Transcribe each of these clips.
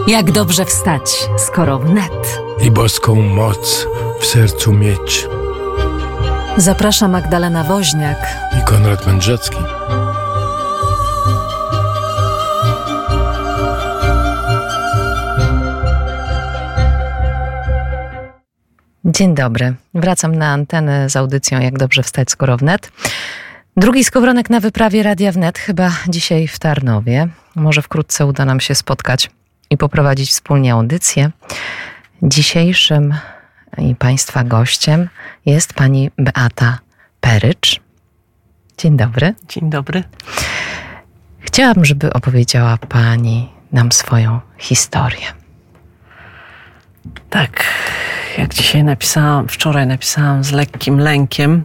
Jak dobrze wstać, skoro wnet. I boską moc w sercu mieć. Zaprasza Magdalena Woźniak I Konrad Mędrzecki. Dzień dobry. Wracam na antenę z audycją Jak dobrze wstać, skoro wnet. Drugi skowronek na wyprawie Radia Wnet, chyba dzisiaj w Tarnowie. Może wkrótce uda nam się spotkać i poprowadzić wspólnie audycję. Dzisiejszym i Państwa gościem jest pani Beata Perycz. Dzień dobry. Dzień dobry. Chciałabym, żeby opowiedziała pani nam swoją historię. Tak, jak wczoraj napisałam z lekkim lękiem.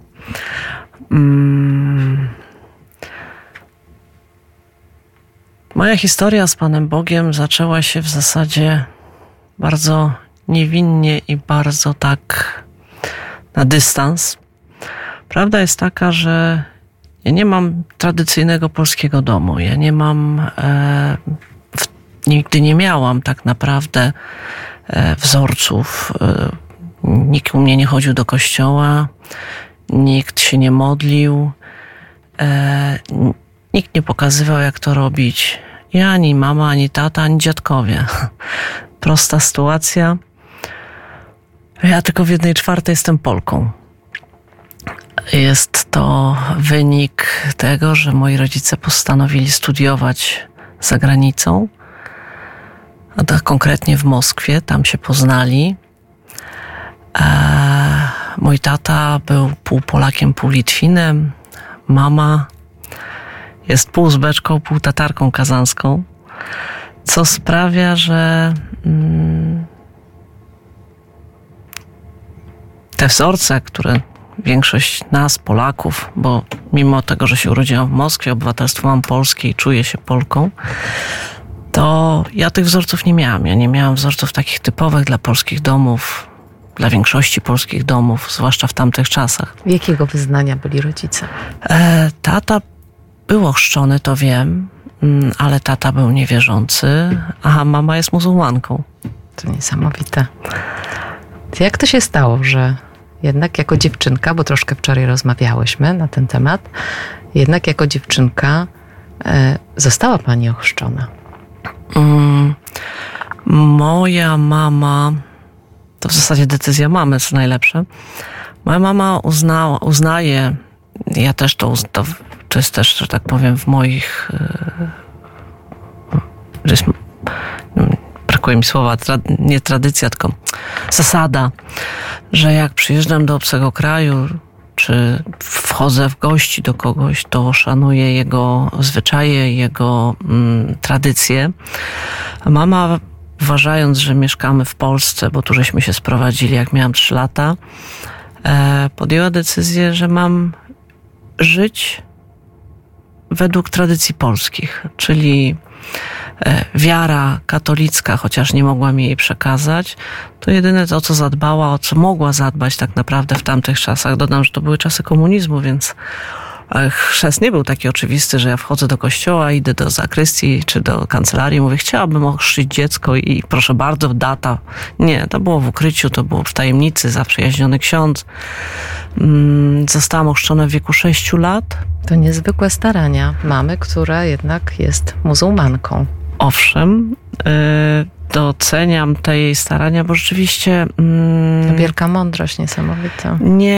Moja historia z Panem Bogiem zaczęła się w zasadzie bardzo niewinnie i bardzo tak na dystans. Prawda jest taka, że ja nie mam tradycyjnego polskiego domu. Ja nie mam, nigdy nie miałam tak naprawdę wzorców. Nikt u mnie nie chodził do kościoła, nikt się nie modlił, nikt nie pokazywał, jak to robić. Ja ani mama, ani tata, ani dziadkowie. Prosta sytuacja. Ja tylko w 1/4 jestem Polką. Jest to wynik tego, że moi rodzice postanowili studiować za granicą, a tak konkretnie w Moskwie, tam się poznali. Mój tata był pół Polakiem, pół Litwinem. Mama jest pół Uzbeczką, pół Tatarką kazańską, co sprawia, że te wzorce, które większość nas, Polaków, bo mimo tego, że się urodziłam w Moskwie, obywatelstwo mam polskie i czuję się Polką, to ja tych wzorców nie miałam. Ja nie miałam wzorców takich typowych dla polskich domów, dla większości polskich domów, zwłaszcza w tamtych czasach. Jakiego wyznania byli rodzice? Tata był ochrzczony, to wiem, ale tata był niewierzący, a mama jest muzułmanką. To niesamowite. Jak to się stało, że jednak jako dziewczynka, bo troszkę wczoraj rozmawiałyśmy na ten temat, jednak jako dziewczynka została pani ochrzczona? Moja mama, to w zasadzie decyzja mamy, co najlepsze. Moja mama uznaje, ja też to jest też, że tak powiem, w moich, brakuje mi słowa, nie tradycja, tylko zasada, że jak przyjeżdżam do obcego kraju, czy wchodzę w gości do kogoś, to szanuję jego zwyczaje, jego tradycje. Mama, uważając, że mieszkamy w Polsce, bo tu żeśmy się sprowadzili, jak miałam 3 lata, podjęła decyzję, że mam żyć według tradycji polskich, czyli wiara katolicka, chociaż nie mogła mi jej przekazać, to jedyne o co zadbała, o co mogła zadbać tak naprawdę w tamtych czasach. Dodam, że to były czasy komunizmu, więc chrzest nie był taki oczywisty, że ja wchodzę do kościoła, idę do zakrystii czy do kancelarii, mówię, chciałabym ochrzcić dziecko i proszę bardzo, data. Nie, to było w ukryciu, to było w tajemnicy, zaprzyjaźniony ksiądz. Zostałam ochrzczona w wieku 6 lat. To niezwykłe starania mamy, która jednak jest muzułmanką. Owszem, doceniam te jej starania, bo rzeczywiście... Wielka mądrość niesamowita.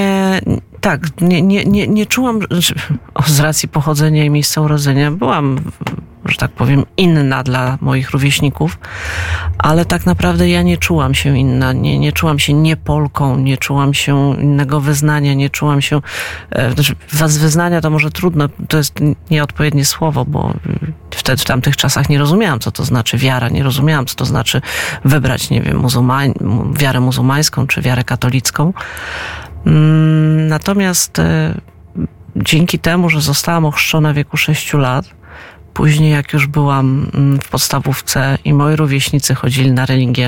Nie czułam, z racji pochodzenia i miejsca urodzenia, byłam, że tak powiem, inna dla moich rówieśników, ale tak naprawdę ja nie czułam się inna, nie czułam się nie Polką, nie czułam się innego wyznania, nie czułam się, z wyznania to może trudno, to jest nieodpowiednie słowo, bo wtedy w tamtych czasach nie rozumiałam, co to znaczy wiara, nie rozumiałam, co to znaczy wybrać, nie wiem, wiarę muzułmańską czy wiarę katolicką. Natomiast dzięki temu, że zostałam ochrzczona w wieku 6 lat, później jak już byłam w podstawówce i moi rówieśnicy chodzili na religię,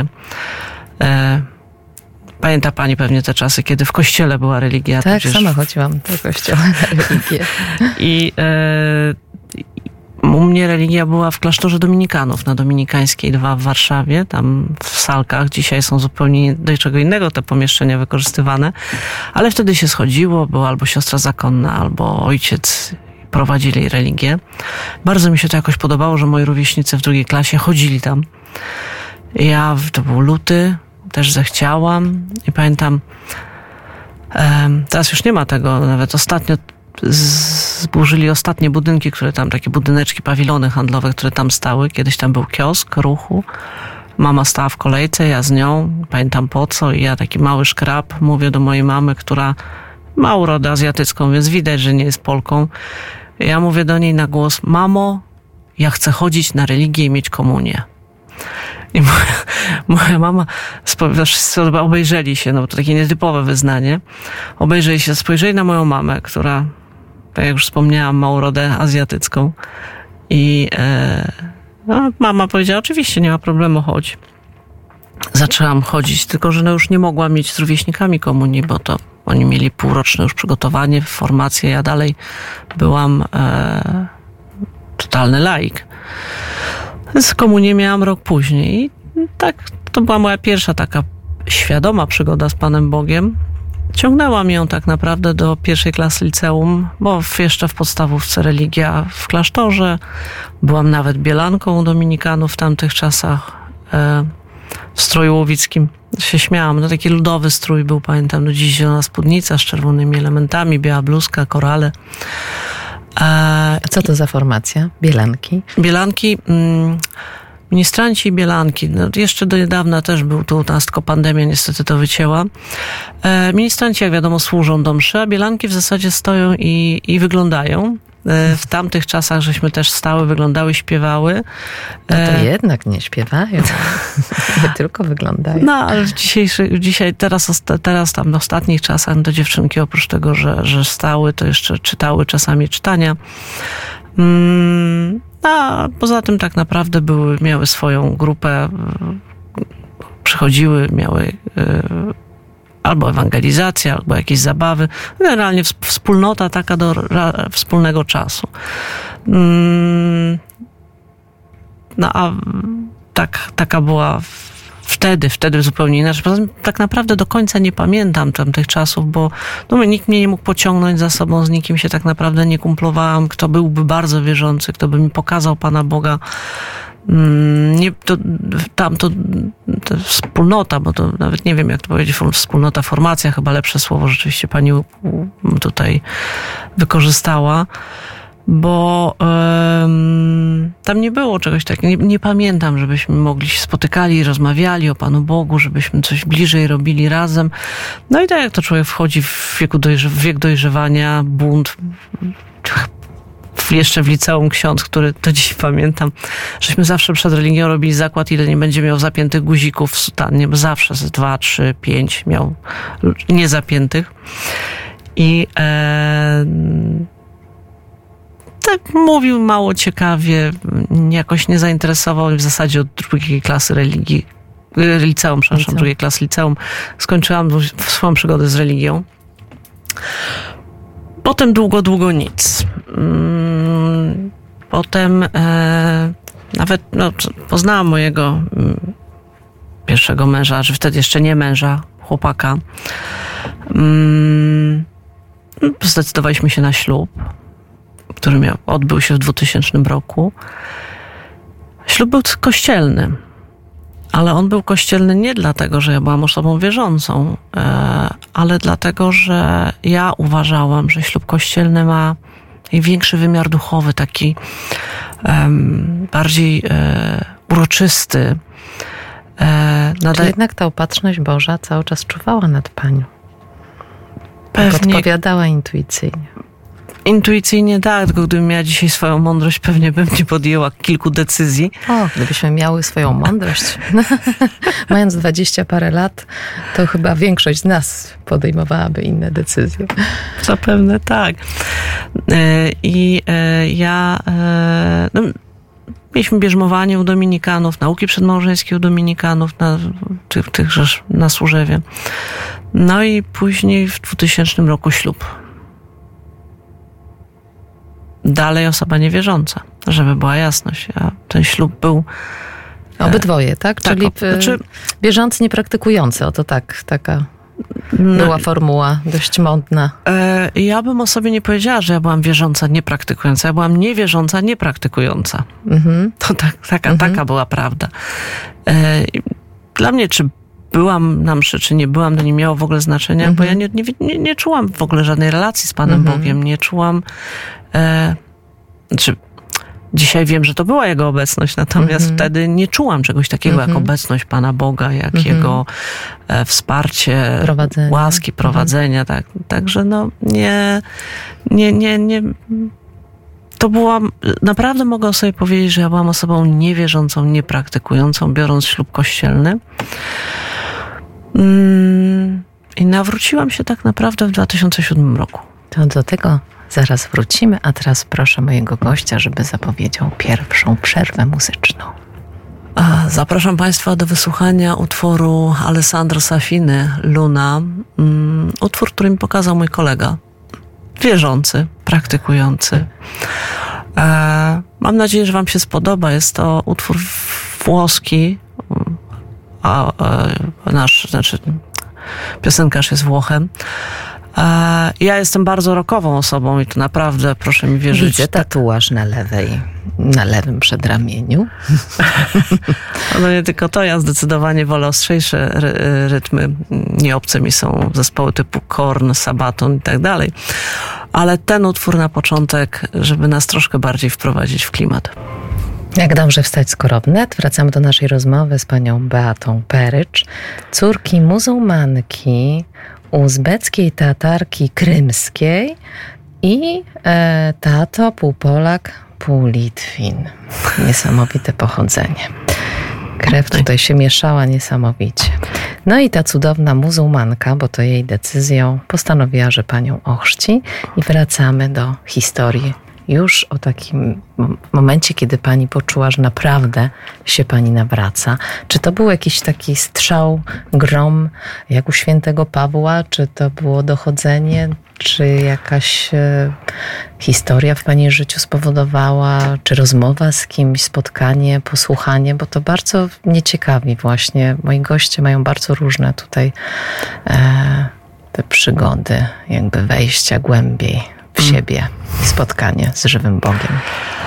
pamięta pani pewnie te czasy, kiedy w kościele była religia. Tak, sama chodziłam do kościoła na religię. I U mnie religia była w klasztorze dominikanów na Dominikańskiej 2 w Warszawie, tam w Salkach. Dzisiaj są zupełnie do czego innego te pomieszczenia wykorzystywane, ale wtedy się schodziło, była albo siostra zakonna, albo ojciec, prowadzili religię. Bardzo mi się to jakoś podobało, że moi rówieśnicy w 2 klasie chodzili tam. To był luty, też zechciałam i pamiętam, teraz już nie ma tego, nawet ostatnio zburzyli ostatnie budynki, które tam, takie budyneczki, pawilony handlowe, które tam stały. Kiedyś tam był kiosk ruchu. Mama stała w kolejce, ja z nią, pamiętam po co, i ja taki mały szkrab, mówię do mojej mamy, która ma urodę azjatycką, więc widać, że nie jest Polką. Ja mówię do niej na głos: mamo, ja chcę chodzić na religię i mieć komunię. I moja mama, wszyscy obejrzeli się, no to takie nietypowe wyznanie, obejrzeli się, spojrzeli na moją mamę, która, tak jak już wspomniałam, ma urodę azjatycką, i mama powiedziała: oczywiście, nie ma problemu, chodź. Zaczęłam chodzić, tylko że już nie mogłam mieć z rówieśnikami komunii, bo to oni mieli półroczne już przygotowanie, formację, ja dalej byłam totalny laik. Z komunię miałam rok później i tak, to była moja pierwsza taka świadoma przygoda z Panem Bogiem. Ciągnęłam ją tak naprawdę do 1. klasy liceum, bo jeszcze w podstawówce religia w klasztorze. Byłam nawet bielanką u dominikanów w tamtych czasach, w stroju łowickim. Się śmiałam, no taki ludowy strój był, pamiętam, do dziś zielona spódnica z czerwonymi elementami, biała bluzka, korale. A co to za formacja? Bielanki? Bielanki, ministranci i bielanki. No, jeszcze do niedawna też był tu, nas tylko pandemia niestety to wycięła. Ministranci, jak wiadomo, służą do mszy, a bielanki w zasadzie stoją i wyglądają. W tamtych czasach żeśmy też stały, wyglądały, śpiewały. No to jednak nie śpiewają, nie tylko wyglądają. No, ale teraz tam w ostatnich czasach to dziewczynki oprócz tego, że stały, to jeszcze czytały czasami czytania. A poza tym tak naprawdę miały swoją grupę, przychodziły, miały albo ewangelizacja, albo jakieś zabawy. Generalnie wspólnota taka do wspólnego czasu. No a taka była wtedy zupełnie inaczej. Poza tym tak naprawdę do końca nie pamiętam tamtych czasów, bo nikt mnie nie mógł pociągnąć za sobą, z nikim się tak naprawdę nie kumplowałam. Kto byłby bardzo wierzący, kto by mi pokazał Pana Boga. To wspólnota, bo to nawet nie wiem, jak to powiedzieć, wspólnota, formacja, chyba lepsze słowo rzeczywiście pani tutaj wykorzystała, bo tam nie było czegoś takiego. Nie pamiętam, żebyśmy mogli się spotykali, rozmawiali o Panu Bogu, żebyśmy coś bliżej robili razem. No i tak jak to człowiek wchodzi w wiek dojrzewania, bunt, jeszcze w liceum ksiądz, który do dziś pamiętam, żeśmy zawsze przed religią robili zakład, ile nie będzie miał zapiętych guzików w sutannie, bo zawsze z 2, 3, 5 miał niezapiętych. I tak mówił mało ciekawie, jakoś nie zainteresował w zasadzie od 2. klasy liceum, przepraszam, 2. klasy liceum. Skończyłam swoją przygodę z religią. Potem długo nic. Potem nawet poznałam mojego pierwszego męża, że wtedy jeszcze nie męża, chłopaka. Zdecydowaliśmy się na ślub, który odbył się w 2000 roku. Ślub był kościelny, ale on był kościelny nie dlatego, że ja byłam osobą wierzącą, ale dlatego, że ja uważałam, że ślub kościelny ma większy wymiar duchowy, taki bardziej uroczysty. Czy jednak ta opatrzność Boża cały czas czuwała nad Panią? Pewnie. Odpowiadała intuicyjnie. Intuicyjnie tak, tylko gdybym miała dzisiaj swoją mądrość, pewnie bym nie podjęła kilku decyzji. Gdybyśmy miały swoją mądrość, mając 20 parę lat, to chyba większość z nas podejmowałaby inne decyzje. Zapewne tak. Mieliśmy bierzmowanie u dominikanów, nauki przedmałżeńskie u dominikanów, na Służewie. No i później w 2000 roku ślub. Dalej osoba niewierząca. żeby była jasność. A ten ślub był... Obydwoje, tak? Czyli wierzący, niepraktykujący. Oto taka była formuła dość modna. Ja bym o sobie nie powiedziała, że ja byłam wierząca, niepraktykująca. Ja byłam niewierząca, niepraktykująca. To taka była prawda. Dla mnie, czy byłam na mszy, czy nie byłam, to nie miało w ogóle znaczenia, bo ja nie czułam w ogóle żadnej relacji z Panem Bogiem. Nie czułam... Dzisiaj wiem, że to była Jego obecność, natomiast wtedy nie czułam czegoś takiego jak obecność Pana Boga, jak Jego wsparcie, łaski, prowadzenia. Także nie. To była, naprawdę mogę sobie powiedzieć, że ja byłam osobą niewierzącą, niepraktykującą, biorąc ślub kościelny. I nawróciłam się tak naprawdę w 2007 roku. To do tego zaraz wrócimy, a teraz proszę mojego gościa, żeby zapowiedział pierwszą przerwę muzyczną. Zapraszam Państwa do wysłuchania utworu Alessandro Safiny, Luna. Utwór, który mi pokazał mój kolega. Wierzący, praktykujący. Mam nadzieję, że Wam się spodoba. Jest to utwór włoski, piosenkarz jest Włochem. Ja jestem bardzo rockową osobą i to naprawdę, proszę mi wierzyć... Widzę tatuaż na lewym przedramieniu. No nie tylko to, ja zdecydowanie wolę ostrzejsze rytmy. Nieobce mi są zespoły typu Korn, Sabaton i tak dalej. Ale ten utwór na początek, żeby nas troszkę bardziej wprowadzić w klimat. Jak dobrze wstać skoro wnet. Wracamy do naszej rozmowy z panią Beatą Perycz, córki muzułmanki, uzbeckiej Tatarki krymskiej i tato pół Polak, pół Litwin. Niesamowite pochodzenie. Krew tutaj się mieszała niesamowicie. No i ta cudowna muzułmanka, bo to jej decyzją, postanowiła, że panią ochrzci i wracamy do historii. Już o takim momencie, kiedy pani poczuła, że naprawdę się pani nawraca. Czy to był jakiś taki strzał, grom, jak u świętego Pawła? Czy to było dochodzenie? Czy jakaś historia w pani życiu spowodowała? Czy rozmowa z kimś, spotkanie, posłuchanie? Bo to bardzo mnie ciekawi właśnie. Moi goście mają bardzo różne tutaj te przygody, jakby wejścia głębiej w siebie, spotkanie z żywym Bogiem.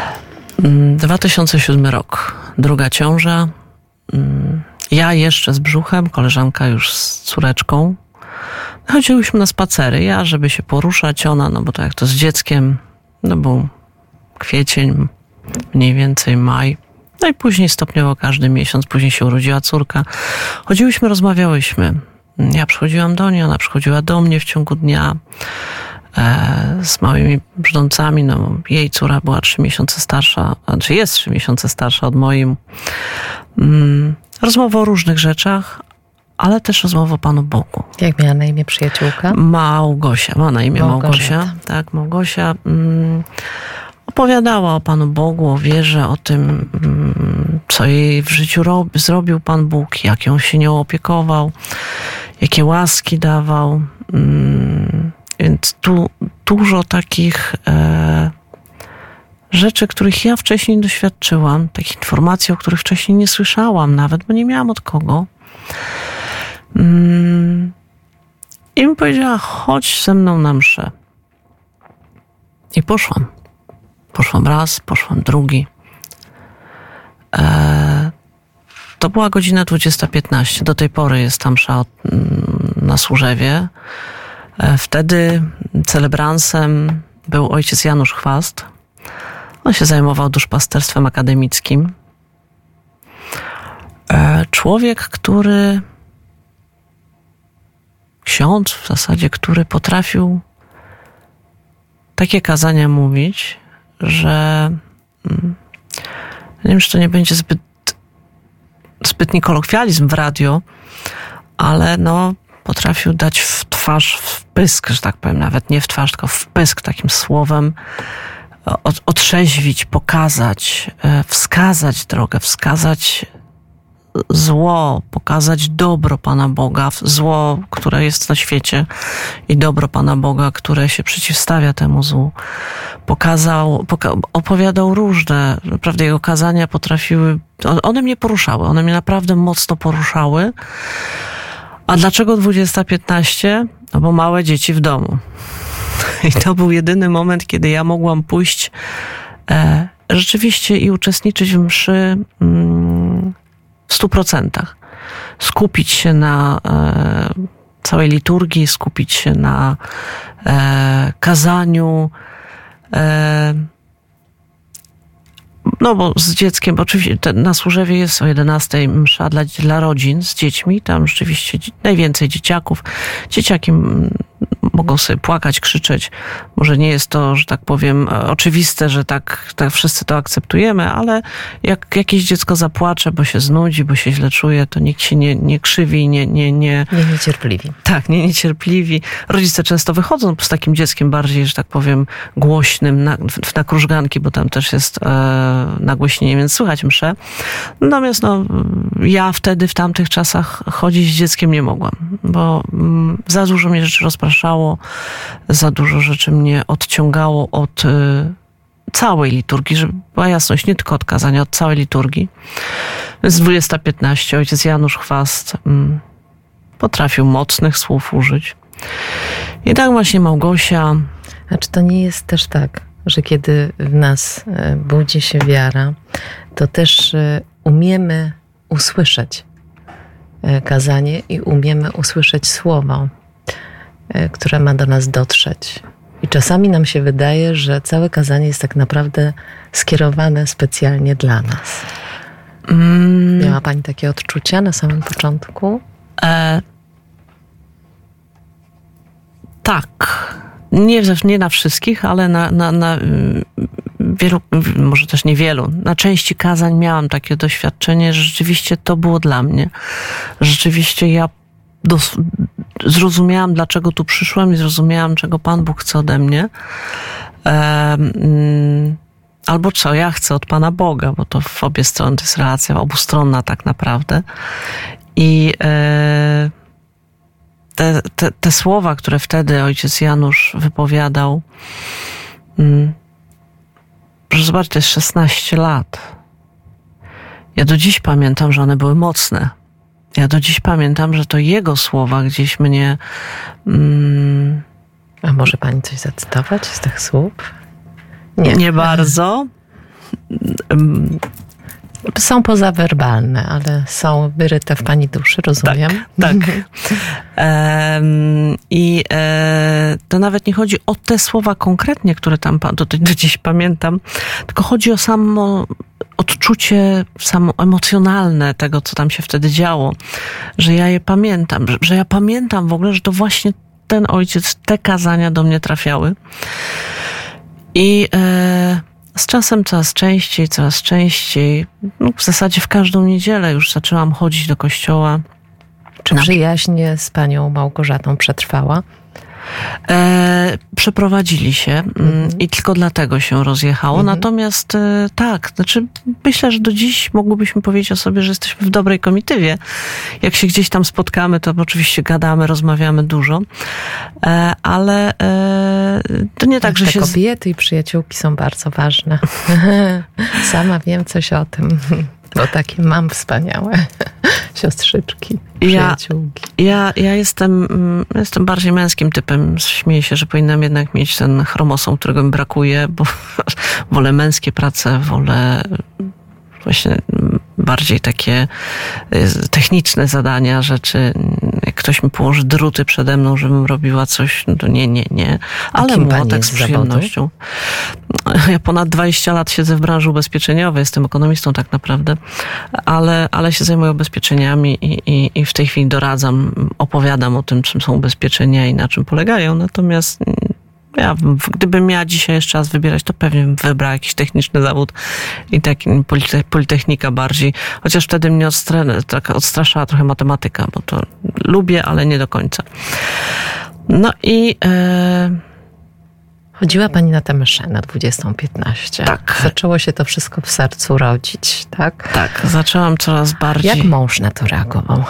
2007 rok, druga ciąża. Ja jeszcze z brzuchem, koleżanka już z córeczką. Chodziłyśmy na spacery. Ja, żeby się poruszać, ona, no bo to jak to z dzieckiem, no był kwiecień, mniej więcej maj. No i później stopniowo każdy miesiąc, później się urodziła córka. Chodziłyśmy, rozmawiałyśmy. Ja przychodziłam do niej, ona przychodziła do mnie w ciągu dnia. Z małymi brzdącami, no jej córa była 3 miesiące starsza, znaczy jest 3 miesiące starsza od mojej. Rozmowa o różnych rzeczach, ale też rozmowa o Panu Bogu. Jak miała na imię przyjaciółka? Małgosia, ma na imię Małgosia. Tak, Małgosia opowiadała o Panu Bogu, o wierze, o tym, co jej w życiu zrobił Pan Bóg, jak ją się nią opiekował, jakie łaski dawał. Więc tu dużo takich rzeczy, których ja wcześniej nie doświadczyłam, takich informacji, o których wcześniej nie słyszałam nawet, bo nie miałam od kogo. I mi powiedziała, chodź ze mną na mszę. I poszłam. Poszłam raz, poszłam drugi. To była godzina 20:15. Do tej pory jest tam msza na Służewie. Wtedy celebransem był ojciec Janusz Chwast. On się zajmował duszpasterstwem akademickim. Człowiek, ksiądz w zasadzie, który potrafił takie kazania mówić, że nie wiem, czy to nie będzie zbytni kolokwializm w radio, ale no potrafił dać w twarz, w pysk, że tak powiem, nawet nie w twarz, tylko w pysk takim słowem, otrzeźwić, pokazać, wskazać drogę, wskazać zło, pokazać dobro Pana Boga, zło, które jest na świecie i dobro Pana Boga, które się przeciwstawia temu złu. Opowiadał różne, naprawdę jego kazania potrafiły, one mnie poruszały, one mnie naprawdę mocno poruszały. A dlaczego 20:15? No bo małe dzieci w domu. I to był jedyny moment, kiedy ja mogłam pójść rzeczywiście i uczestniczyć w mszy w 100%. Skupić się na całej liturgii, skupić się na kazaniu. No bo z dzieckiem, bo oczywiście na Służewie jest o 11:00 msza dla rodzin z dziećmi. Tam rzeczywiście najwięcej dzieciaków. Dzieciaki mogą sobie płakać, krzyczeć. Może nie jest to, że tak powiem, oczywiste, że tak wszyscy to akceptujemy, ale jak jakieś dziecko zapłacze, bo się znudzi, bo się źle czuje, to nikt się nie krzywi, nie niecierpliwi. Tak, niecierpliwi. Rodzice często wychodzą z takim dzieckiem bardziej, że tak powiem, głośnym na krużganki, bo tam też jest nagłośnienie, więc słychać mszę. Natomiast ja wtedy, w tamtych czasach chodzić z dzieckiem nie mogłam, bo za dużo mnie rzeczy rozpraszało, za dużo rzeczy mnie odciągało od całej liturgii, żeby była jasność, nie tylko od kazania, od całej liturgii. Z 20:15 ojciec Janusz Chwast potrafił mocnych słów użyć. I tak właśnie Małgosia... A czy to nie jest też tak, że kiedy w nas budzi się wiara, to też umiemy usłyszeć kazanie i umiemy usłyszeć słowo, które ma do nas dotrzeć. I czasami nam się wydaje, że całe kazanie jest tak naprawdę skierowane specjalnie dla nas. Miała Pani takie odczucia na samym początku? Tak. Nie na wszystkich, ale na wielu, może też niewielu. Na części kazań miałam takie doświadczenie, że rzeczywiście to było dla mnie. Rzeczywiście ja zrozumiałam, dlaczego tu przyszłam i zrozumiałam, czego Pan Bóg chce ode mnie. Albo co ja chcę od Pana Boga, bo to w obie strony to jest relacja obustronna tak naprawdę. I te słowa, które wtedy ojciec Janusz wypowiadał, proszę zobaczyć, to jest 16 lat. Ja do dziś pamiętam, że one były mocne. Ja do dziś pamiętam, że to jego słowa gdzieś mnie... A może Pani coś zacytować z tych słów? Nie bardzo. Są pozawerbalne, ale są wyryte w Pani duszy, rozumiem? Tak. I to nawet nie chodzi o te słowa konkretnie, które tam do dziś pamiętam, tylko chodzi o samo odczucie, samo emocjonalne tego, co tam się wtedy działo, że ja je pamiętam, że ja pamiętam w ogóle, że to właśnie ten ojciec, te kazania do mnie trafiały. I z czasem coraz częściej, w zasadzie w każdą niedzielę już zaczęłam chodzić do kościoła. Czy przyjaźń z panią Małgorzatą przetrwała? Przeprowadzili się i tylko dlatego się rozjechało. Natomiast tak, znaczy myślę, że do dziś mogłybyśmy powiedzieć o sobie, że jesteśmy w dobrej komitywie. Jak się gdzieś tam spotkamy, to oczywiście gadamy, rozmawiamy dużo, ale to nie tak, że te się... kobiety i przyjaciółki są bardzo ważne. Sama wiem coś o tym. Bo takie mam wspaniałe siostrzyczki, przyjaciółki. Ja jestem bardziej męskim typem. Śmieję się, że powinnam jednak mieć ten chromosom, którego mi brakuje, bo wolę męskie prace, wolę właśnie bardziej takie techniczne zadania, rzeczy. Jak ktoś mi położy druty przede mną, żebym robiła coś, no to nie. Ale młotek z przyjemnością. Ja ponad 20 lat siedzę w branży ubezpieczeniowej, jestem ekonomistą tak naprawdę, ale się zajmuję ubezpieczeniami i w tej chwili doradzam, opowiadam o tym, czym są ubezpieczenia i na czym polegają. Natomiast ja, gdybym miała dzisiaj jeszcze raz wybierać, to pewnie bym wybrała jakiś techniczny zawód i taki politechnika bardziej. Chociaż wtedy mnie odstraszała trochę matematyka, bo to lubię, ale nie do końca. No i Chodziła pani na tę mszę na 20:15. Tak. Zaczęło się to wszystko w sercu rodzić, tak? Tak, zaczęłam coraz bardziej... Jak mąż na to reagował?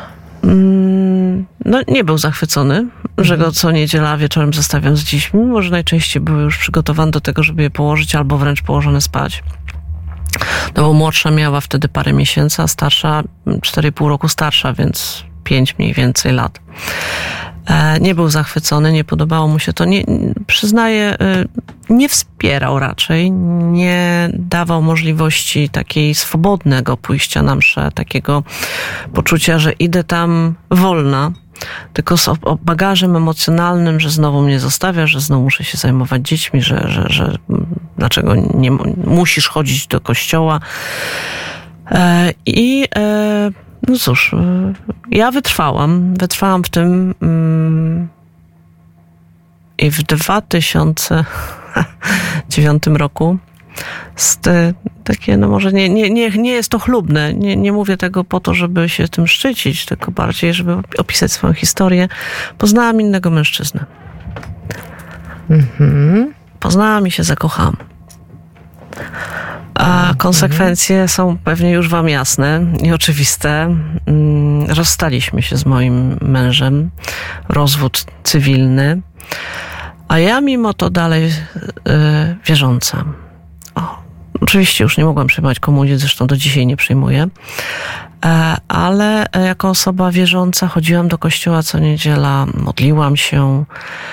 No, nie był zachwycony, że go co niedziela wieczorem zostawiam z dziećmi, mimo że najczęściej były już przygotowane do tego, żeby je położyć albo wręcz położone spać. No bo młodsza miała wtedy parę miesięcy, a starsza 4,5 roku starsza, więc 5 mniej więcej lat. Nie był zachwycony, nie podobało mu się to. Nie, przyznaję, nie wspierał raczej, nie dawał możliwości takiej swobodnego pójścia na mszę, takiego poczucia, że idę tam wolna, tylko z bagażem emocjonalnym, że znowu mnie zostawia, że znowu muszę się zajmować dziećmi, że dlaczego nie musisz chodzić do kościoła. No cóż, ja wytrwałam w tym i w 2009 roku takie, no może nie jest to chlubne, nie mówię tego po to, żeby się tym szczycić, tylko bardziej, żeby opisać swoją historię. Poznałam innego mężczyznę. Poznałam i się zakochałam. A konsekwencje są pewnie już wam jasne i oczywiste. Rozstaliśmy się z moim mężem. Rozwód cywilny. A ja mimo to dalej wierząca. Oczywiście już nie mogłam przyjmować komunii, zresztą do dzisiaj nie przyjmuję. Ale jako osoba wierząca chodziłam do kościoła co niedziela, modliłam się.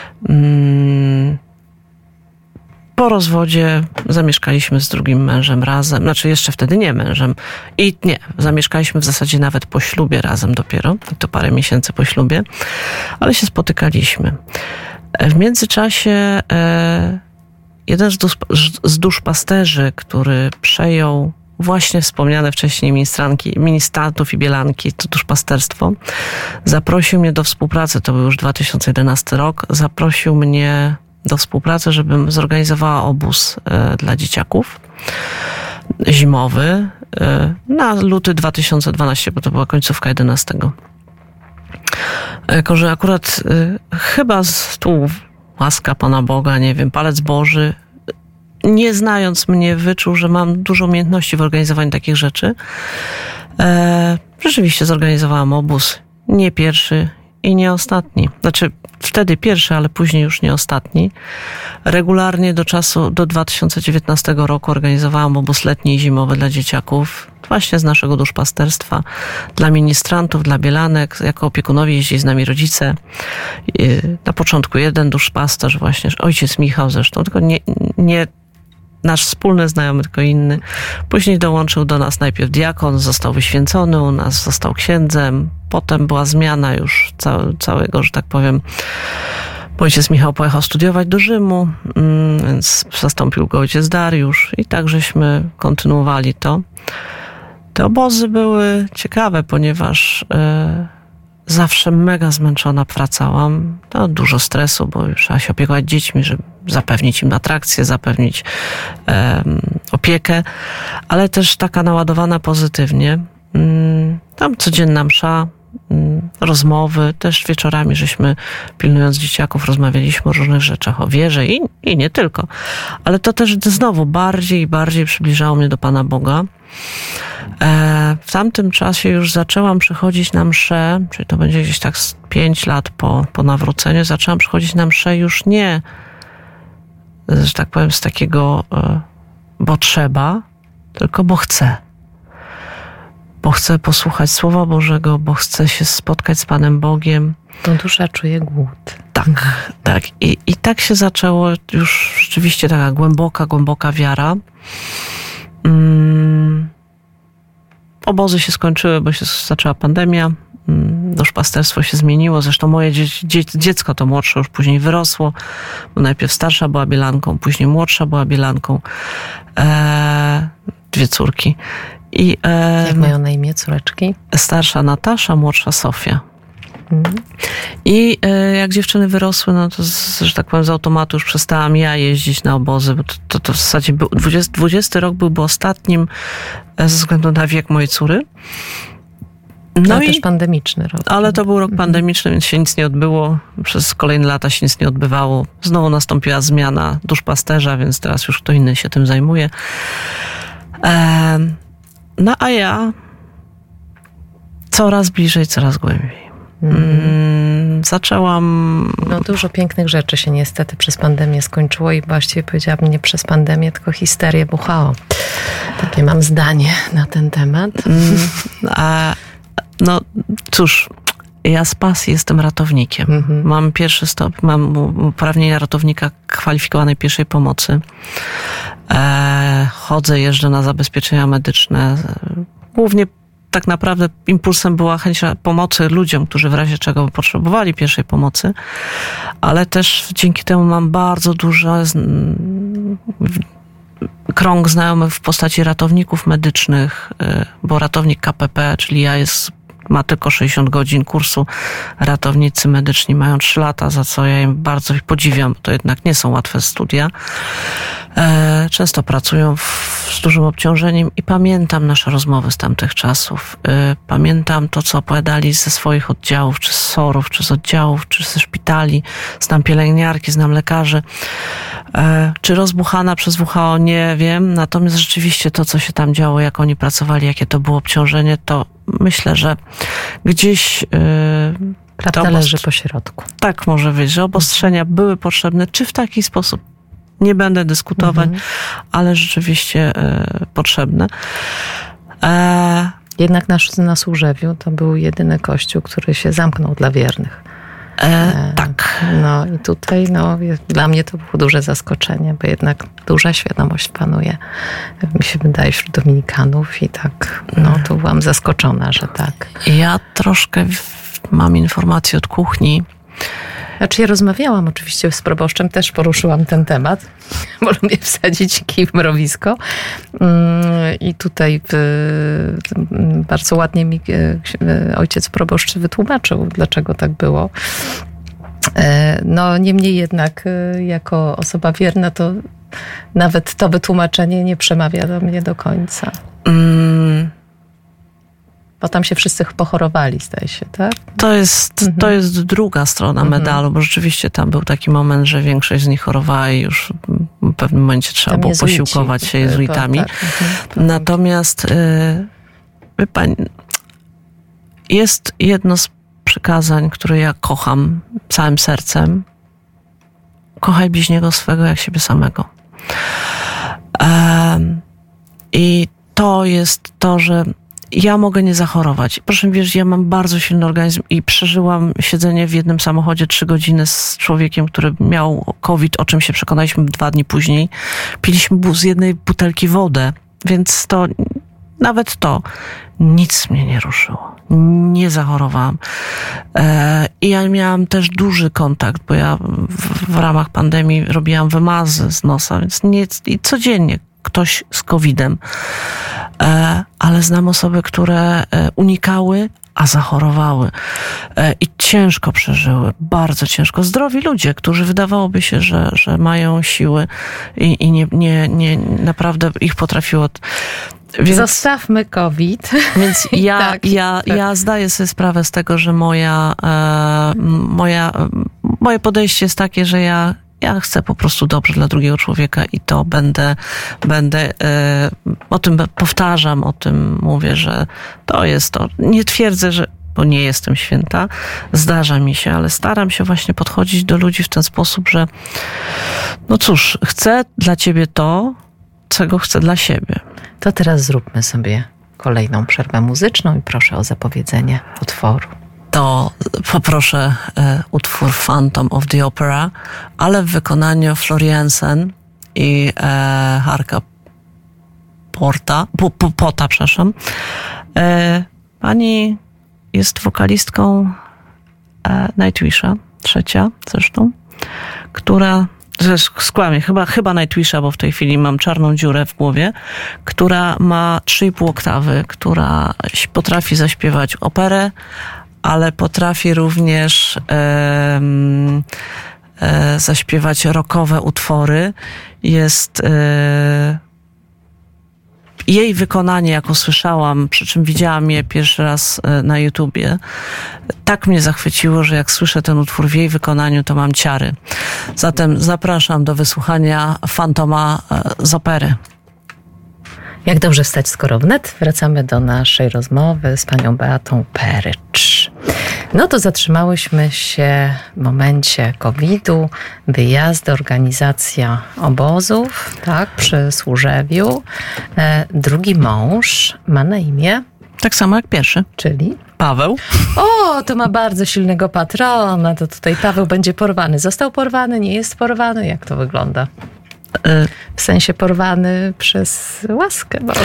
Po rozwodzie zamieszkaliśmy z drugim mężem razem, znaczy jeszcze wtedy nie mężem. I nie, zamieszkaliśmy w zasadzie nawet po ślubie razem dopiero, to parę miesięcy po ślubie, ale się spotykaliśmy. W międzyczasie jeden z duszpasterzy, który przejął właśnie wspomniane wcześniej ministrantów i bielanki, to duszpasterstwo, zaprosił mnie do współpracy, to był już 2011 rok, zaprosił mnie do współpracy, żebym zorganizowała obóz dla dzieciaków zimowy na luty 2012, bo to była końcówka 11. Jako że akurat chyba tu łaska Pana Boga, nie wiem, palec Boży, nie znając mnie, wyczuł, że mam dużo umiejętności w organizowaniu takich rzeczy. Rzeczywiście zorganizowałam obóz, nie pierwszy i nie ostatni. Znaczy wtedy pierwszy, ale później już nie ostatni. Regularnie do 2019 roku organizowałam obóz letni i zimowy dla dzieciaków, właśnie z naszego duszpasterstwa, dla ministrantów, dla bielanek. Jako opiekunowie jeździli z nami rodzice. Na początku jeden duszpasterz, właśnie ojciec Michał zresztą, tylko nie nasz wspólny znajomy, tylko inny. Później dołączył do nas najpierw diakon, został wyświęcony u nas, został księdzem. Potem była zmiana już całego, że tak powiem. Ojciec Michał pojechał studiować do Rzymu, więc zastąpił go ojciec Dariusz i tak żeśmy kontynuowali to. Te obozy były ciekawe, ponieważ zawsze mega zmęczona wracałam. To dużo stresu, bo trzeba się opiekować dziećmi, żeby zapewnić im atrakcję, zapewnić opiekę, ale też taka naładowana pozytywnie. Tam codzienna msza, rozmowy, też wieczorami żeśmy, pilnując dzieciaków, rozmawialiśmy o różnych rzeczach, o wierze i nie tylko. Ale to też znowu bardziej i bardziej przybliżało mnie do Pana Boga. W tamtym czasie już zaczęłam przychodzić na mszę, czyli to będzie gdzieś tak 5 lat po nawróceniu, zaczęłam przychodzić na mszę już nie, że tak powiem, z takiego bo trzeba, tylko bo chcę. Bo chcę posłuchać Słowa Bożego, bo chcę się spotkać z Panem Bogiem. To dusza czuje głód. Tak. I tak się zaczęło już rzeczywiście taka głęboka wiara. Obozy się skończyły, bo się zaczęła pandemia. Duszpasterstwo się zmieniło. Zresztą moje dziecko, to młodsze, już później wyrosło. Bo najpierw starsza była bielanką, później młodsza była bielanką. 2 córki. Jak mają na imię córeczki? Starsza Natasza, młodsza Sofia. I jak dziewczyny wyrosły, no to, że tak powiem, z automatu już przestałam ja jeździć na obozy, bo to w zasadzie był 20 rok byłby ostatnim ze względu na wiek mojej córy. No też pandemiczny rok. Ale to był rok pandemiczny, więc się nic nie odbyło. Przez kolejne lata się nic nie odbywało. Znowu nastąpiła zmiana duszpasterza, więc teraz już kto inny się tym zajmuje. No a ja coraz bliżej, coraz głębiej. Zaczęłam... No dużo pięknych rzeczy się niestety przez pandemię skończyło i właściwie powiedziałabym nie przez pandemię, tylko histerię buchało. Takie mam zdanie na ten temat. No cóż, ja z pasji jestem ratownikiem. Mam pierwszy stopień, mam uprawnienia ratownika kwalifikowanej pierwszej pomocy. Chodzę, jeżdżę na zabezpieczenia medyczne. Głównie tak naprawdę impulsem była chęć pomocy ludziom, którzy w razie czego potrzebowali pierwszej pomocy, ale też dzięki temu mam bardzo duży krąg znajomych w postaci ratowników medycznych, bo ratownik KPP, czyli ja ma tylko 60 godzin kursu. Ratownicy medyczni mają 3 lata, za co ja im bardzo podziwiam, bo to jednak nie są łatwe studia. Często pracują z dużym obciążeniem i pamiętam nasze rozmowy z tamtych czasów. Pamiętam to, co opowiadali ze swoich oddziałów, czy z SOR-ów, czy z oddziałów, czy ze szpitali. Znam pielęgniarki, znam lekarzy. Czy rozbuchana przez WHO, nie wiem. Natomiast rzeczywiście to, co się tam działo, jak oni pracowali, jakie to było obciążenie, to myślę, że gdzieś... Prawda leży po środku. Tak może być, że obostrzenia były potrzebne. Czy w taki sposób? Nie będę dyskutować, ale rzeczywiście potrzebne. Jednak na Służewiu to był jedyny kościół, który się zamknął dla wiernych. Tak. No i tutaj dla mnie to było duże zaskoczenie, bo jednak duża świadomość panuje, mi się wydaje, wśród dominikanów i tak, tu byłam zaskoczona, że tak. Ja troszkę mam informacje od kuchni. Znaczy ja rozmawiałam oczywiście z proboszczem, też poruszyłam ten temat, bo lubię wsadzić kij w mrowisko. I tutaj bardzo ładnie mi ojciec proboszcz wytłumaczył, dlaczego tak było. No niemniej jednak jako osoba wierna to nawet to wytłumaczenie nie przemawia do mnie do końca. Bo tam się wszyscy pochorowali, zdaje się, tak? To jest druga strona medalu, bo rzeczywiście tam był taki moment, że większość z nich chorowała i już w pewnym momencie trzeba było posiłkować się jezuitami. Natomiast wie pani, jest jedno z przykazań, które ja kocham całym sercem. Kochaj bliźniego swego jak siebie samego. I to jest to, że ja mogę nie zachorować. Proszę wierzyć, ja mam bardzo silny organizm i przeżyłam siedzenie w jednym samochodzie 3 godziny z człowiekiem, który miał COVID, o czym się przekonaliśmy 2 dni później. Piliśmy z jednej butelki wodę, więc to nawet to nic mnie nie ruszyło. Nie zachorowałam. I ja miałam też duży kontakt, bo ja w ramach pandemii robiłam wymazy z nosa, więc i codziennie ktoś z COVID-em. Ale znam osoby, które unikały, a zachorowały. I ciężko przeżyły, bardzo ciężko. Zdrowi ludzie, którzy wydawałoby się, że mają siły i nie naprawdę ich potrafiło... Więc, zostawmy COVID. Więc ja zdaję sobie sprawę z tego, że moje podejście jest takie, że ja chcę po prostu dobrze dla drugiego człowieka i to będę o tym powtarzam, o tym mówię, że to jest to. Nie twierdzę, bo nie jestem święta, zdarza mi się, ale staram się właśnie podchodzić do ludzi w ten sposób, że no cóż, chcę dla ciebie to, czego chcę dla siebie. To teraz zróbmy sobie kolejną przerwę muzyczną i proszę o zapowiedzenie utworu. To poproszę utwór Phantom of the Opera, ale w wykonaniu Floriansen i Harka Pota, przepraszam. Pani jest wokalistką Nightwisha, 3 zresztą, która, skłamię, chyba Nightwisha, bo w tej chwili mam czarną dziurę w głowie, która ma 3,5 oktawy, która potrafi zaśpiewać operę, ale potrafi również zaśpiewać rockowe utwory. jej wykonanie, jak usłyszałam, przy czym widziałam je pierwszy raz na YouTubie, tak mnie zachwyciło, że jak słyszę ten utwór w jej wykonaniu, to mam ciary. Zatem zapraszam do wysłuchania Fantoma z opery. Jak dobrze wstać, skoro wnet? Wracamy do naszej rozmowy z panią Beatą Perycz. No to zatrzymałyśmy się w momencie COVID-u, wyjazdy, organizacja obozów, tak, przy Służewiu. Drugi mąż ma na imię? Tak samo jak pierwszy. Czyli? Paweł. O, to ma bardzo silnego patrona, to tutaj Paweł będzie porwany. Został porwany, nie jest porwany? Jak to wygląda? W sensie porwany przez łaskę Bożą.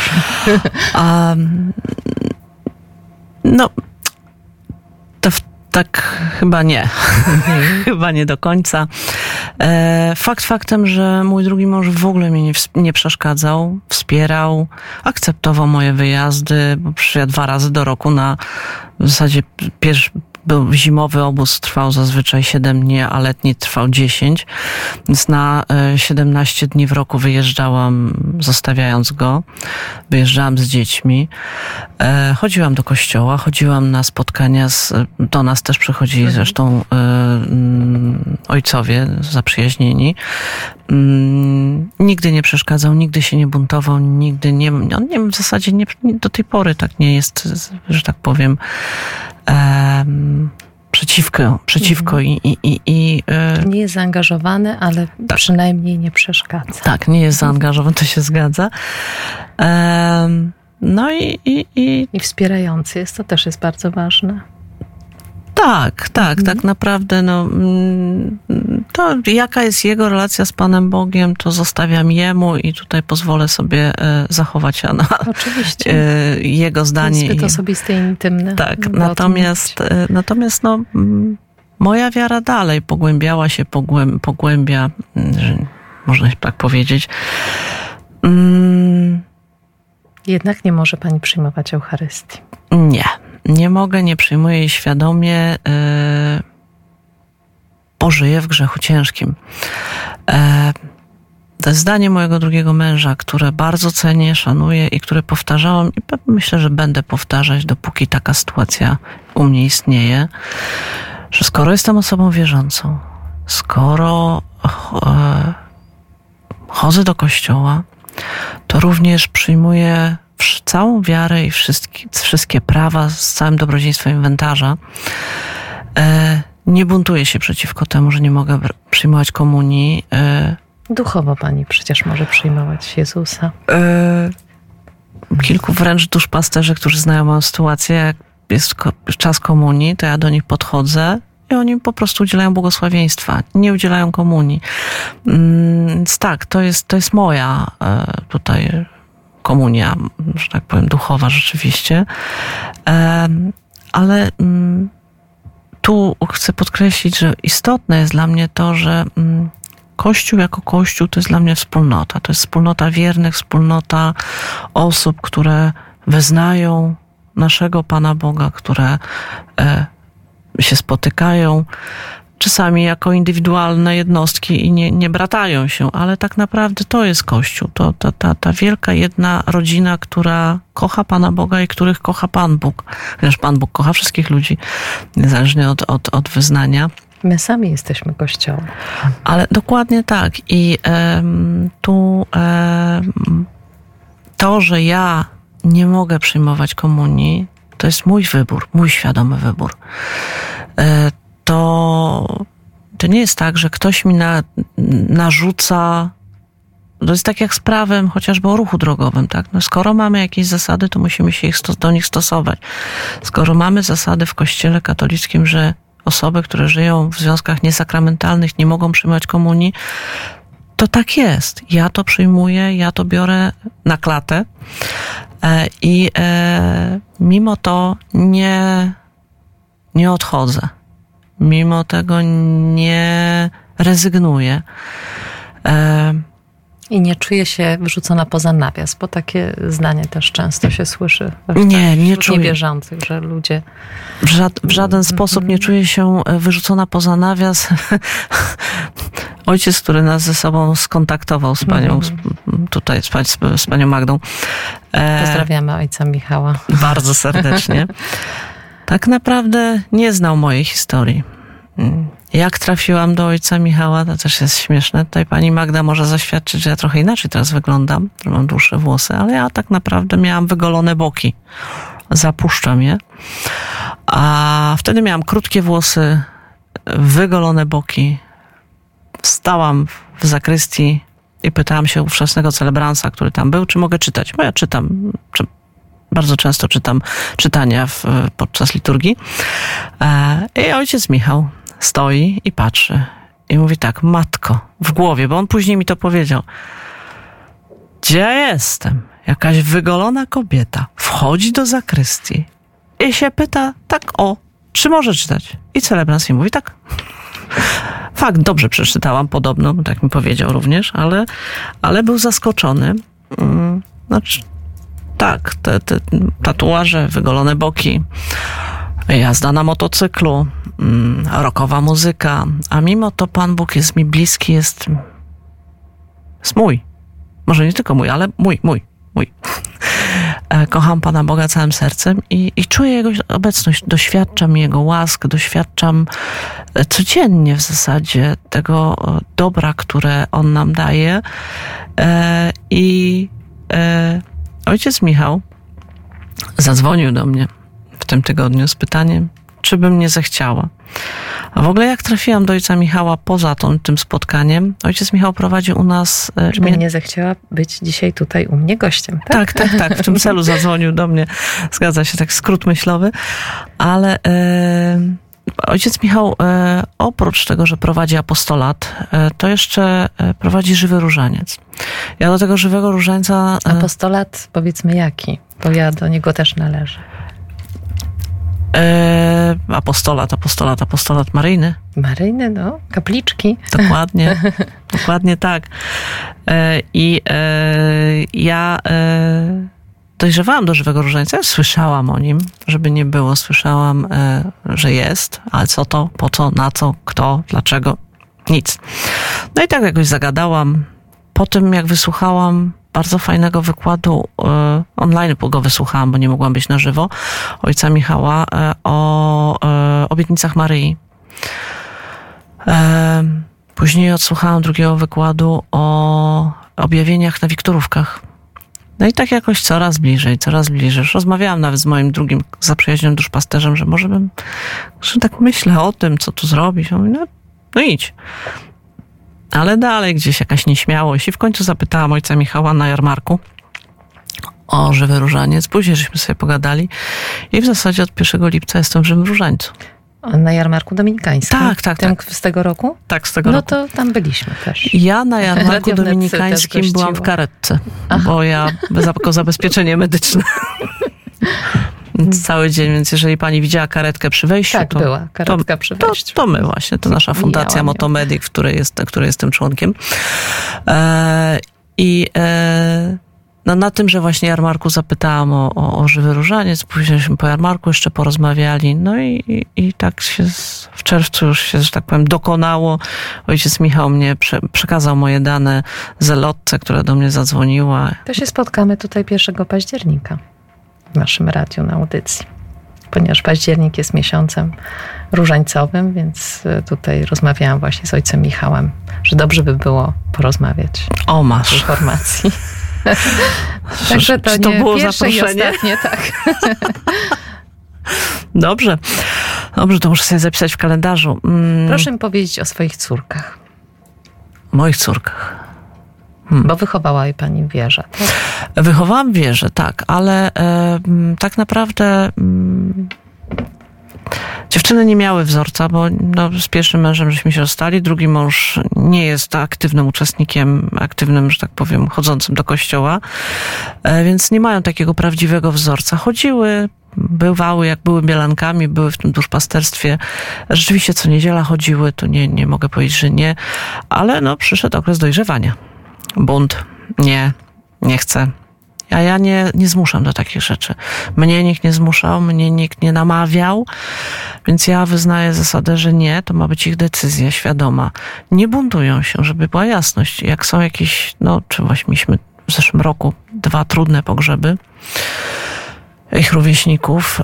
No, to tak chyba nie. Chyba nie do końca. Fakt faktem, że mój drugi mąż w ogóle mnie nie przeszkadzał, wspierał, akceptował moje wyjazdy, bo przyjadł 2 razy do roku na w zasadzie był zimowy obóz, trwał zazwyczaj 7 dni, a letni trwał 10. Więc na 17 dni w roku wyjeżdżałam, zostawiając go. Wyjeżdżałam z dziećmi. Chodziłam do kościoła, chodziłam na spotkania, do nas też przychodzili zresztą ojcowie zaprzyjaźnieni. Nigdy nie przeszkadzał, nigdy się nie buntował, nigdy nie, on nie, w zasadzie nie, do tej pory tak nie jest, że tak powiem, przeciwko i nie jest zaangażowany, ale tak. Przynajmniej nie przeszkadza. Tak, nie jest zaangażowany, to się zgadza. No i wspierający jest, to też jest bardzo ważne. Tak naprawdę, no, to jaka jest jego relacja z Panem Bogiem, to zostawiam jemu i tutaj pozwolę sobie zachować na oczywiście. Jego zdanie. To jest zbyt osobiste i intymne. Tak, natomiast no, moja wiara dalej pogłębiała się, pogłębia, można tak powiedzieć. Jednak nie może pani przyjmować Eucharystii. Nie mogę, nie przyjmuję jej świadomie, bo żyję w grzechu ciężkim. To jest zdanie mojego drugiego męża, które bardzo cenię, szanuję i które powtarzałam i myślę, że będę powtarzać, dopóki taka sytuacja u mnie istnieje, że skoro jestem osobą wierzącą, skoro chodzę do kościoła, to również przyjmuję całą wiarę i wszystkie prawa z całym dobrodziejstwem inwentarza. Nie buntuję się przeciwko temu, że nie mogę przyjmować komunii. Duchowo pani przecież może przyjmować Jezusa. Kilku wręcz duszpasterzy, którzy znają moją sytuację, jak jest czas komunii, to ja do nich podchodzę i oni po prostu udzielają błogosławieństwa, nie udzielają komunii. Więc tak, to jest moja tutaj komunia, że tak powiem, duchowa rzeczywiście. Ale tu chcę podkreślić, że istotne jest dla mnie to, że Kościół jako Kościół to jest dla mnie wspólnota. To jest wspólnota wiernych, wspólnota osób, które wyznają naszego Pana Boga, które się spotykają, czasami jako indywidualne jednostki i nie bratają się, ale tak naprawdę to jest Kościół. To ta wielka jedna rodzina, która kocha Pana Boga i których kocha Pan Bóg. Chociaż Pan Bóg kocha wszystkich ludzi, niezależnie od wyznania. My sami jesteśmy Kościołem. Ale dokładnie tak. I to, że ja nie mogę przyjmować komunii, to jest mój wybór, mój świadomy wybór. To nie jest tak, że ktoś mi narzuca. To jest tak jak z prawem chociażby o ruchu drogowym, tak? No skoro mamy jakieś zasady, to musimy się do nich stosować. Skoro mamy zasady w Kościele katolickim, że osoby, które żyją w związkach niesakramentalnych, nie mogą przyjmować komunii, to tak jest. Ja to przyjmuję, ja to biorę na klatę i mimo to nie odchodzę. Mimo tego nie rezygnuję. I nie czuje się wyrzucona poza nawias, bo takie zdanie też często się słyszy nie wśród niewierzących, że ludzie... W żaden sposób nie czuję się wyrzucona poza nawias. Ojciec, który nas ze sobą skontaktował z panią, tutaj z panią Magdą. Pozdrawiamy ojca Michała. Bardzo serdecznie. Tak naprawdę nie znał mojej historii. Jak trafiłam do ojca Michała, to też jest śmieszne. Tutaj pani Magda może zaświadczyć, że ja trochę inaczej teraz wyglądam, że mam dłuższe włosy, ale ja tak naprawdę miałam wygolone boki. Zapuszczam je. A wtedy miałam krótkie włosy, wygolone boki. Stałam w zakrystii i pytałam się ówczesnego celebransa, który tam był, czy mogę czytać. Bo ja czytam, bardzo często czytam czytania podczas liturgii. I ojciec Michał stoi i patrzy i mówi tak: matko, w głowie, bo on później mi to powiedział. Gdzie ja jestem? Jakaś wygolona kobieta wchodzi do zakrystii i się pyta tak: czy może czytać? I celebrant jej mówi tak. Fakt, dobrze przeczytałam podobno, tak mi powiedział również, ale był zaskoczony. Znaczy, tak, te tatuaże, wygolone boki, jazda na motocyklu, rockowa muzyka, a mimo to Pan Bóg jest mi bliski, jest mój. Może nie tylko mój, ale mój. Kocham Pana Boga całym sercem i czuję Jego obecność, doświadczam Jego łask, doświadczam codziennie w zasadzie tego dobra, które On nam daje. Ojciec Michał zadzwonił do mnie w tym tygodniu z pytaniem, czy bym nie zechciała. A w ogóle jak trafiłam do ojca Michała poza tym spotkaniem, ojciec Michał prowadził u nas... Czy bym nie zechciała być dzisiaj tutaj u mnie gościem, tak? Tak. W tym celu zadzwonił do mnie. Zgadza się, tak skrót myślowy. Ale ojciec Michał oprócz tego, że prowadzi apostolat, to jeszcze prowadzi żywy różaniec. Ja do tego żywego różańca... Apostolat, powiedzmy jaki? Bo ja do niego też należę. Apostolat maryjny. Maryjny, no, kapliczki. Dokładnie tak. Ja dojrzewałam do żywego różańca, słyszałam o nim, żeby nie było, słyszałam, że jest, ale co to, po co, na co, kto, dlaczego, nic. No i tak jakoś zagadałam. Po tym, jak wysłuchałam bardzo fajnego wykładu online, go wysłuchałam, bo nie mogłam być na żywo, ojca Michała o obietnicach Maryi. Później odsłuchałam drugiego wykładu o objawieniach na Wiktorówkach. No i tak jakoś coraz bliżej. Już rozmawiałam nawet z moim drugim zaprzyjaźnionym duszpasterzem, że może bym, że tak myślę o tym, co tu zrobić. On mówi, no idź. Ale dalej gdzieś jakaś nieśmiałość. I w końcu zapytałam ojca Michała na jarmarku o żywy różaniec. Później żeśmy sobie pogadali i w zasadzie od 1 lipca jestem w żywym różańcu. Na jarmarku dominikańskim? Tak. Z tego roku? Tak, z tego roku. No to tam byliśmy też. Ja na jarmarku dominikańskim byłam w karetce, bo ja jako zabezpieczenie medyczne. Cały dzień, więc jeżeli pani widziała karetkę przy wejściu, tak, była karetka przy wejściu. To my właśnie, to nasza fundacja Motomedic, w której jestem członkiem. Na tym, że właśnie jarmarku zapytałam o żywy różaniec, późniejśmy po jarmarku jeszcze porozmawiali, no i tak się w czerwcu już się, że tak powiem, dokonało. Ojciec Michał mnie przekazał moje dane zelotce, która do mnie zadzwoniła. To się spotkamy tutaj 1 października w naszym radiu na audycji, ponieważ październik jest miesiącem różańcowym, więc tutaj rozmawiałam właśnie z ojcem Michałem, że dobrze by było porozmawiać o masz informacji. Także to nie było pierwsze zaproszenie? I ostatnie, tak. Dobrze, to muszę sobie zapisać w kalendarzu. Proszę mi powiedzieć o swoich córkach. Moich córkach. Bo wychowała je pani w wierze, tak? Wychowałam w wierze, tak, ale tak naprawdę dziewczyny nie miały wzorca, bo z pierwszym mężem żeśmy się rozstali, drugi mąż nie jest aktywnym uczestnikiem, że tak powiem, chodzącym do kościoła, więc nie mają takiego prawdziwego wzorca. Chodziły, bywały, jak były bielankami, były w tym duszpasterstwie. Rzeczywiście co niedziela chodziły, to nie mogę powiedzieć, że nie, ale przyszedł okres dojrzewania. bunt, nie chcę. A ja nie zmuszam do takich rzeczy. Mnie nikt nie zmuszał, mnie nikt nie namawiał, więc ja wyznaję zasadę, że nie, to ma być ich decyzja świadoma. Nie buntują się, żeby była jasność. Jak są jakieś, czy właśnie mieliśmy w zeszłym roku 2 trudne pogrzeby ich rówieśników,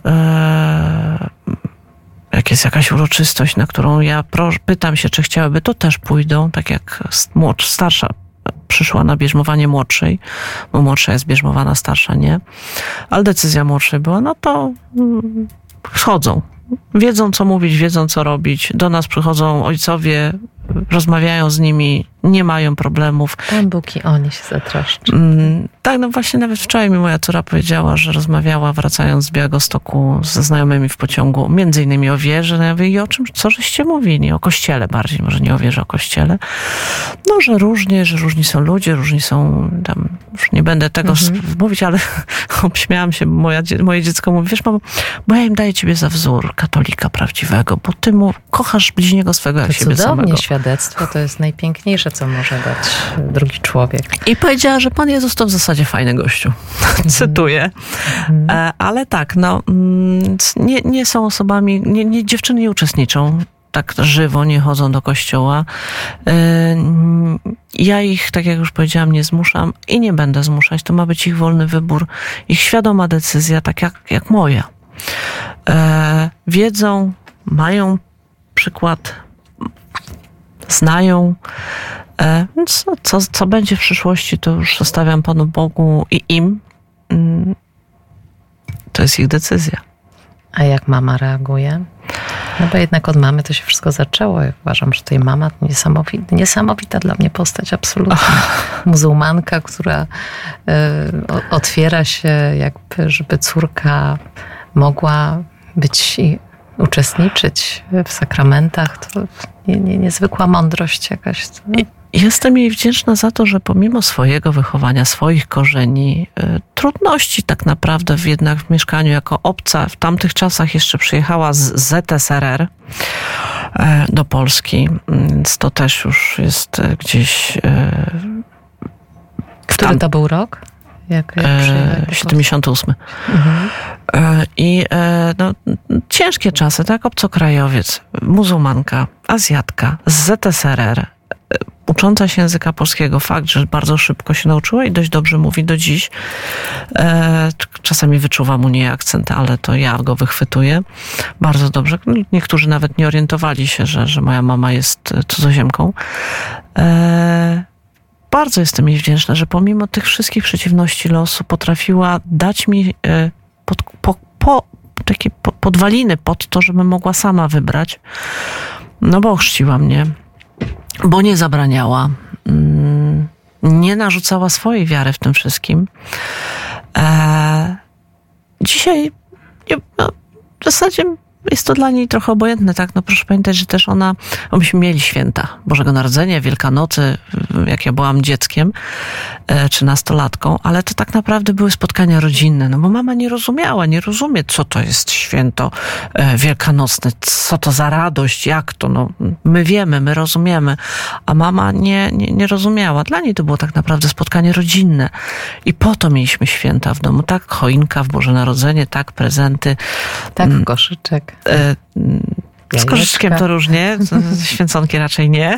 jak jest jakaś uroczystość, na którą ja pytam się, czy chciałyby, to też pójdą, tak jak starsza przyszła na bierzmowanie młodszej, bo młodsza jest bierzmowana, starsza nie, ale decyzja młodszej była, to schodzą. Wiedzą, co mówić, wiedzą, co robić. Do nas przychodzą ojcowie, rozmawiają z nimi, nie mają problemów. Pan Bóg i oni się zatroszczą. Tak, właśnie nawet wczoraj mi moja córa powiedziała, że rozmawiała wracając z Białegostoku ze znajomymi w pociągu, między innymi o wierze, ja mówię, i o czym, co żeście mówili? O Kościele bardziej, może nie o wierze, o Kościele. Że różni są ludzie, różni są tam, już nie będę tego mówić, ale obśmiałam się, moje dziecko mówi, wiesz mamo, bo ja im daję ciebie za wzór katolika prawdziwego, bo ty kochasz bliźniego swego jak siebie samego. Świadectwo to jest najpiękniejsze, co może dać drugi człowiek. I powiedziała, że Pan Jezus to w zasadzie fajny gościu. Cytuję. Ale tak, nie są osobami, dziewczyny nie uczestniczą tak żywo, nie chodzą do kościoła. Ja ich, tak jak już powiedziałam, nie zmuszam i nie będę zmuszać. To ma być ich wolny wybór, ich świadoma decyzja, tak jak moja. Wiedzą, mają przykład, znają, więc co będzie w przyszłości, to już zostawiam Panu Bogu i im. To jest ich decyzja. A jak mama reaguje? Bo jednak od mamy to się wszystko zaczęło. Ja uważam, że tutaj mama niesamowita dla mnie postać, absolutnie. Muzułmanka, która otwiera się jakby, żeby córka mogła być i uczestniczyć w sakramentach. To niezwykła mądrość jakaś. Jestem jej wdzięczna za to, że pomimo swojego wychowania, swoich korzeni, trudności tak naprawdę jednak w mieszkaniu jako obca, w tamtych czasach jeszcze przyjechała z ZSRR do Polski, więc to też już jest gdzieś... Który to był rok? Jak 78. I ciężkie czasy, tak? Obcokrajowiec, muzułmanka, Azjatka z ZSRR, ucząca się języka polskiego. Fakt, że bardzo szybko się nauczyła i dość dobrze mówi do dziś. Czasami wyczuwam u niej akcent, ale to ja go wychwytuję bardzo dobrze. Niektórzy nawet nie orientowali się, że moja mama jest cudzoziemką. Bardzo jestem jej wdzięczna, że pomimo tych wszystkich przeciwności losu potrafiła dać mi takie podwaliny pod to, żebym mogła sama wybrać. Bo ochrzciła mnie, bo nie zabraniała, nie narzucała swojej wiary w tym wszystkim. Dzisiaj w zasadzie jest to dla niej trochę obojętne, tak? Proszę pamiętać, że też myśmy mieli święta Bożego Narodzenia, Wielkanocy, jak ja byłam dzieckiem, czy nastolatką, ale to tak naprawdę były spotkania rodzinne, bo mama nie rozumie, co to jest święto wielkanocne, co to za radość, jak to, my wiemy, my rozumiemy, a mama nie rozumiała. Dla niej to było tak naprawdę spotkanie rodzinne i po to mieliśmy święta w domu, tak? Choinka w Boże Narodzenie, tak? Prezenty. Tak, koszyczek. Z korzyczkiem to różnie, święconki raczej nie,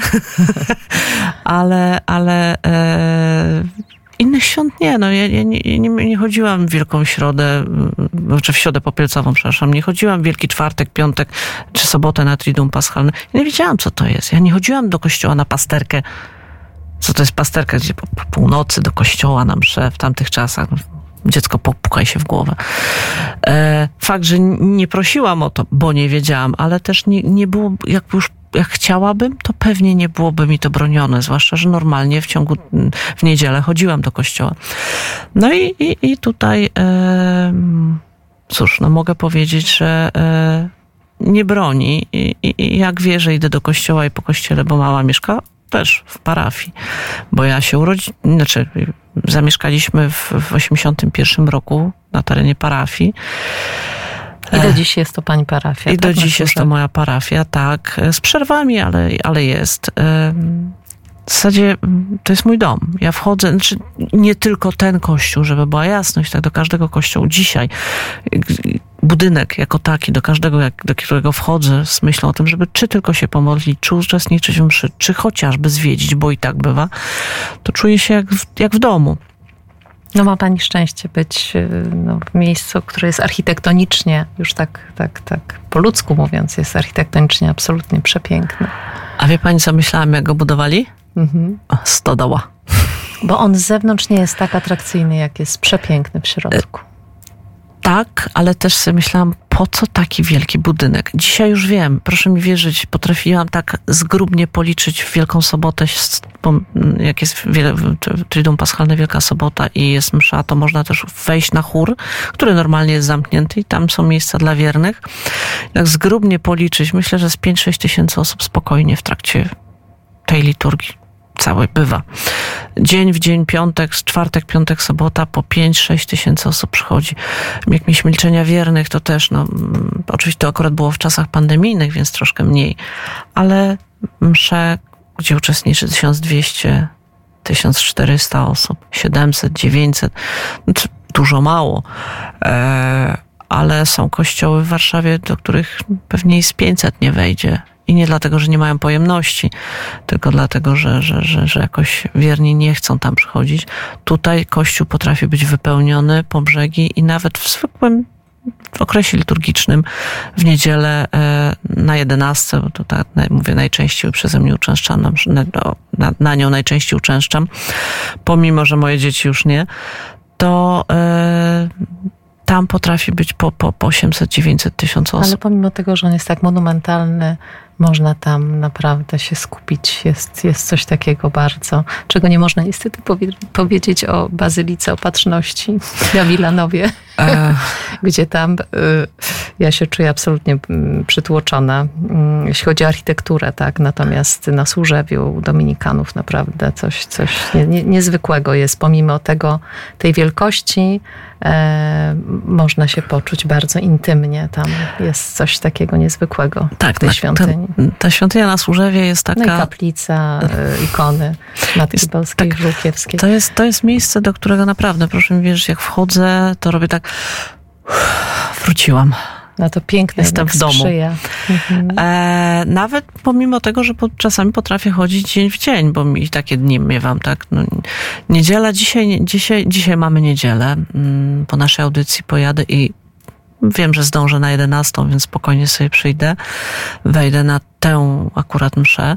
ale innych świąt nie. Ja nie chodziłam w Wielką Środę, czy w Środę Popielcową, przepraszam, nie chodziłam w Wielki Czwartek, Piątek, czy Sobotę na Triduum Paschalne. Ja nie wiedziałam, co to jest. Ja nie chodziłam do kościoła na pasterkę. Co to jest pasterka, gdzie po północy do kościoła na mszę w tamtych czasach. Dziecko, popukaj się w głowę. Fakt, że nie prosiłam o to, bo nie wiedziałam, ale też nie było, jak chciałabym, to pewnie nie byłoby mi to bronione, zwłaszcza, że normalnie w niedzielę chodziłam do kościoła. I tutaj cóż, mogę powiedzieć, że nie broni i jak wie, że idę do kościoła i po kościele, bo mama mieszka też w parafii, bo ja się zamieszkaliśmy w 81 roku na terenie parafii. I do dziś jest to pani parafia. Do dziś jest to moja parafia, tak. Z przerwami, ale jest. W zasadzie to jest mój dom. Ja wchodzę, znaczy nie tylko ten kościół, żeby była jasność, tak do każdego kościołu dzisiaj. Budynek jako taki, do każdego, do którego wchodzę z myślą o tym, żeby czy tylko się pomodlić, czy uczestniczyć w mszy, czy chociażby zwiedzić, bo i tak bywa, to czuję się jak w domu. No ma pani szczęście być w miejscu, które jest architektonicznie, już tak po ludzku mówiąc, jest architektonicznie absolutnie przepiękne. A wie pani, co myślałam, jak go budowali? Stodoła. Bo on z zewnątrz nie jest tak atrakcyjny, jak jest przepiękny w środku. Tak, ale też sobie myślałam, po co taki wielki budynek? Dzisiaj już wiem, proszę mi wierzyć, potrafiłam tak zgrubnie policzyć w Wielką Sobotę, jak jest Triduum Paschalne Wielka Sobota i jest msza, to można też wejść na chór, który normalnie jest zamknięty i tam są miejsca dla wiernych. Jak zgrubnie policzyć, myślę, że z 5-6 tysięcy osób spokojnie w trakcie tej liturgii całej bywa. Dzień w dzień, czwartek, piątek, sobota, po 5-6 tysięcy osób przychodzi. Jak mieliśmy milczenia wiernych, to też, oczywiście to akurat było w czasach pandemijnych, więc troszkę mniej, ale msze, gdzie uczestniczy 1200, 1400 osób, 700, 900, dużo mało, ale są kościoły w Warszawie, do których pewnie z 500 nie wejdzie. I nie dlatego, że nie mają pojemności, tylko dlatego, że jakoś wierni nie chcą tam przychodzić. Tutaj kościół potrafi być wypełniony po brzegi i nawet w zwykłym okresie liturgicznym w niedzielę na 11, bo to tak mówię najczęściej przeze mnie uczęszczam, na nią najczęściej uczęszczam, pomimo, że moje dzieci już nie, to tam potrafi być po 800-900 tysięcy osób. Ale pomimo tego, że on jest tak monumentalny, można tam naprawdę się skupić. Jest coś takiego bardzo, czego nie można niestety powiedzieć o Bazylice Opatrzności na Wilanowie, gdzie tam ja się czuję absolutnie przytłoczona, jeśli chodzi o architekturę, tak, natomiast na Służewiu Dominikanów naprawdę coś niezwykłego jest. Pomimo tej wielkości można się poczuć bardzo intymnie. Tam jest coś takiego niezwykłego w tej świątyni. Ta świątynia na Służewie jest taka... No i kaplica, ikony Matki Boskiej, Żółkiewskiej. To jest miejsce, do którego naprawdę, proszę mi wierzyć, jak wchodzę, to robię tak... Wróciłam. No to piękne. Jestem w domu. Nawet pomimo tego, że czasami potrafię chodzić dzień w dzień, bo i takie dni miewam, tak? Niedziela, dzisiaj mamy niedzielę. Po naszej audycji pojadę i wiem, że zdążę na 11, więc spokojnie sobie przyjdę. Wejdę na tę akurat mszę.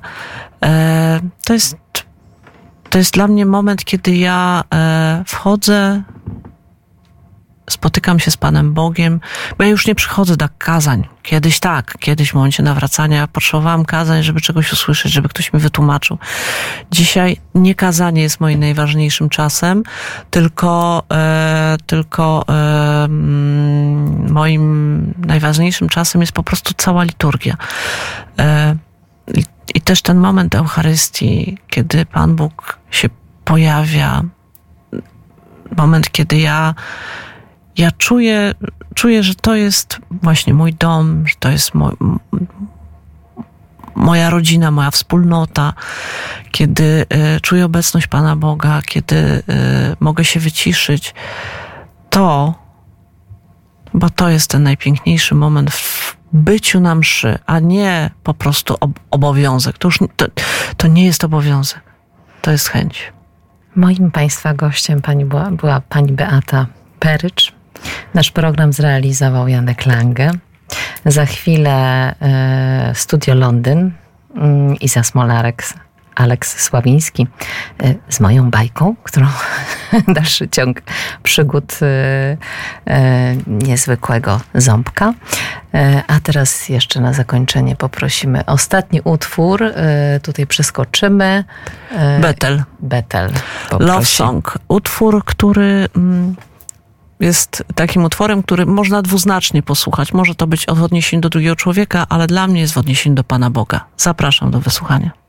To jest dla mnie moment, kiedy ja wchodzę, spotykam się z Panem Bogiem, bo ja już nie przychodzę do kazań. Kiedyś w momencie nawracania potrzebowałam kazań, żeby czegoś usłyszeć, żeby ktoś mi wytłumaczył. Dzisiaj nie kazanie jest moim najważniejszym czasem, tylko moim najważniejszym czasem jest po prostu cała liturgia. I też ten moment Eucharystii, kiedy Pan Bóg się pojawia, moment, kiedy ja czuję, że to jest właśnie mój dom, że to jest moja rodzina, moja wspólnota, kiedy czuję obecność Pana Boga, kiedy mogę się wyciszyć, bo to jest ten najpiękniejszy moment w byciu na mszy, a nie po prostu obowiązek. To nie jest obowiązek, to jest chęć. Moim Państwa gościem była pani Beata Perycz. Nasz program zrealizował Janek Lange. Za chwilę Studio Londyn, Iza Smolarek, Aleks Sławiński z moją bajką, którą dalszy ciąg przygód niezwykłego ząbka. A teraz jeszcze na zakończenie poprosimy ostatni utwór. Tutaj przeskoczymy. Betel. Love Song. Utwór, który jest takim utworem, który można dwuznacznie posłuchać. Może to być w odniesieniu do drugiego człowieka, ale dla mnie jest w odniesieniu do Pana Boga. Zapraszam do wysłuchania.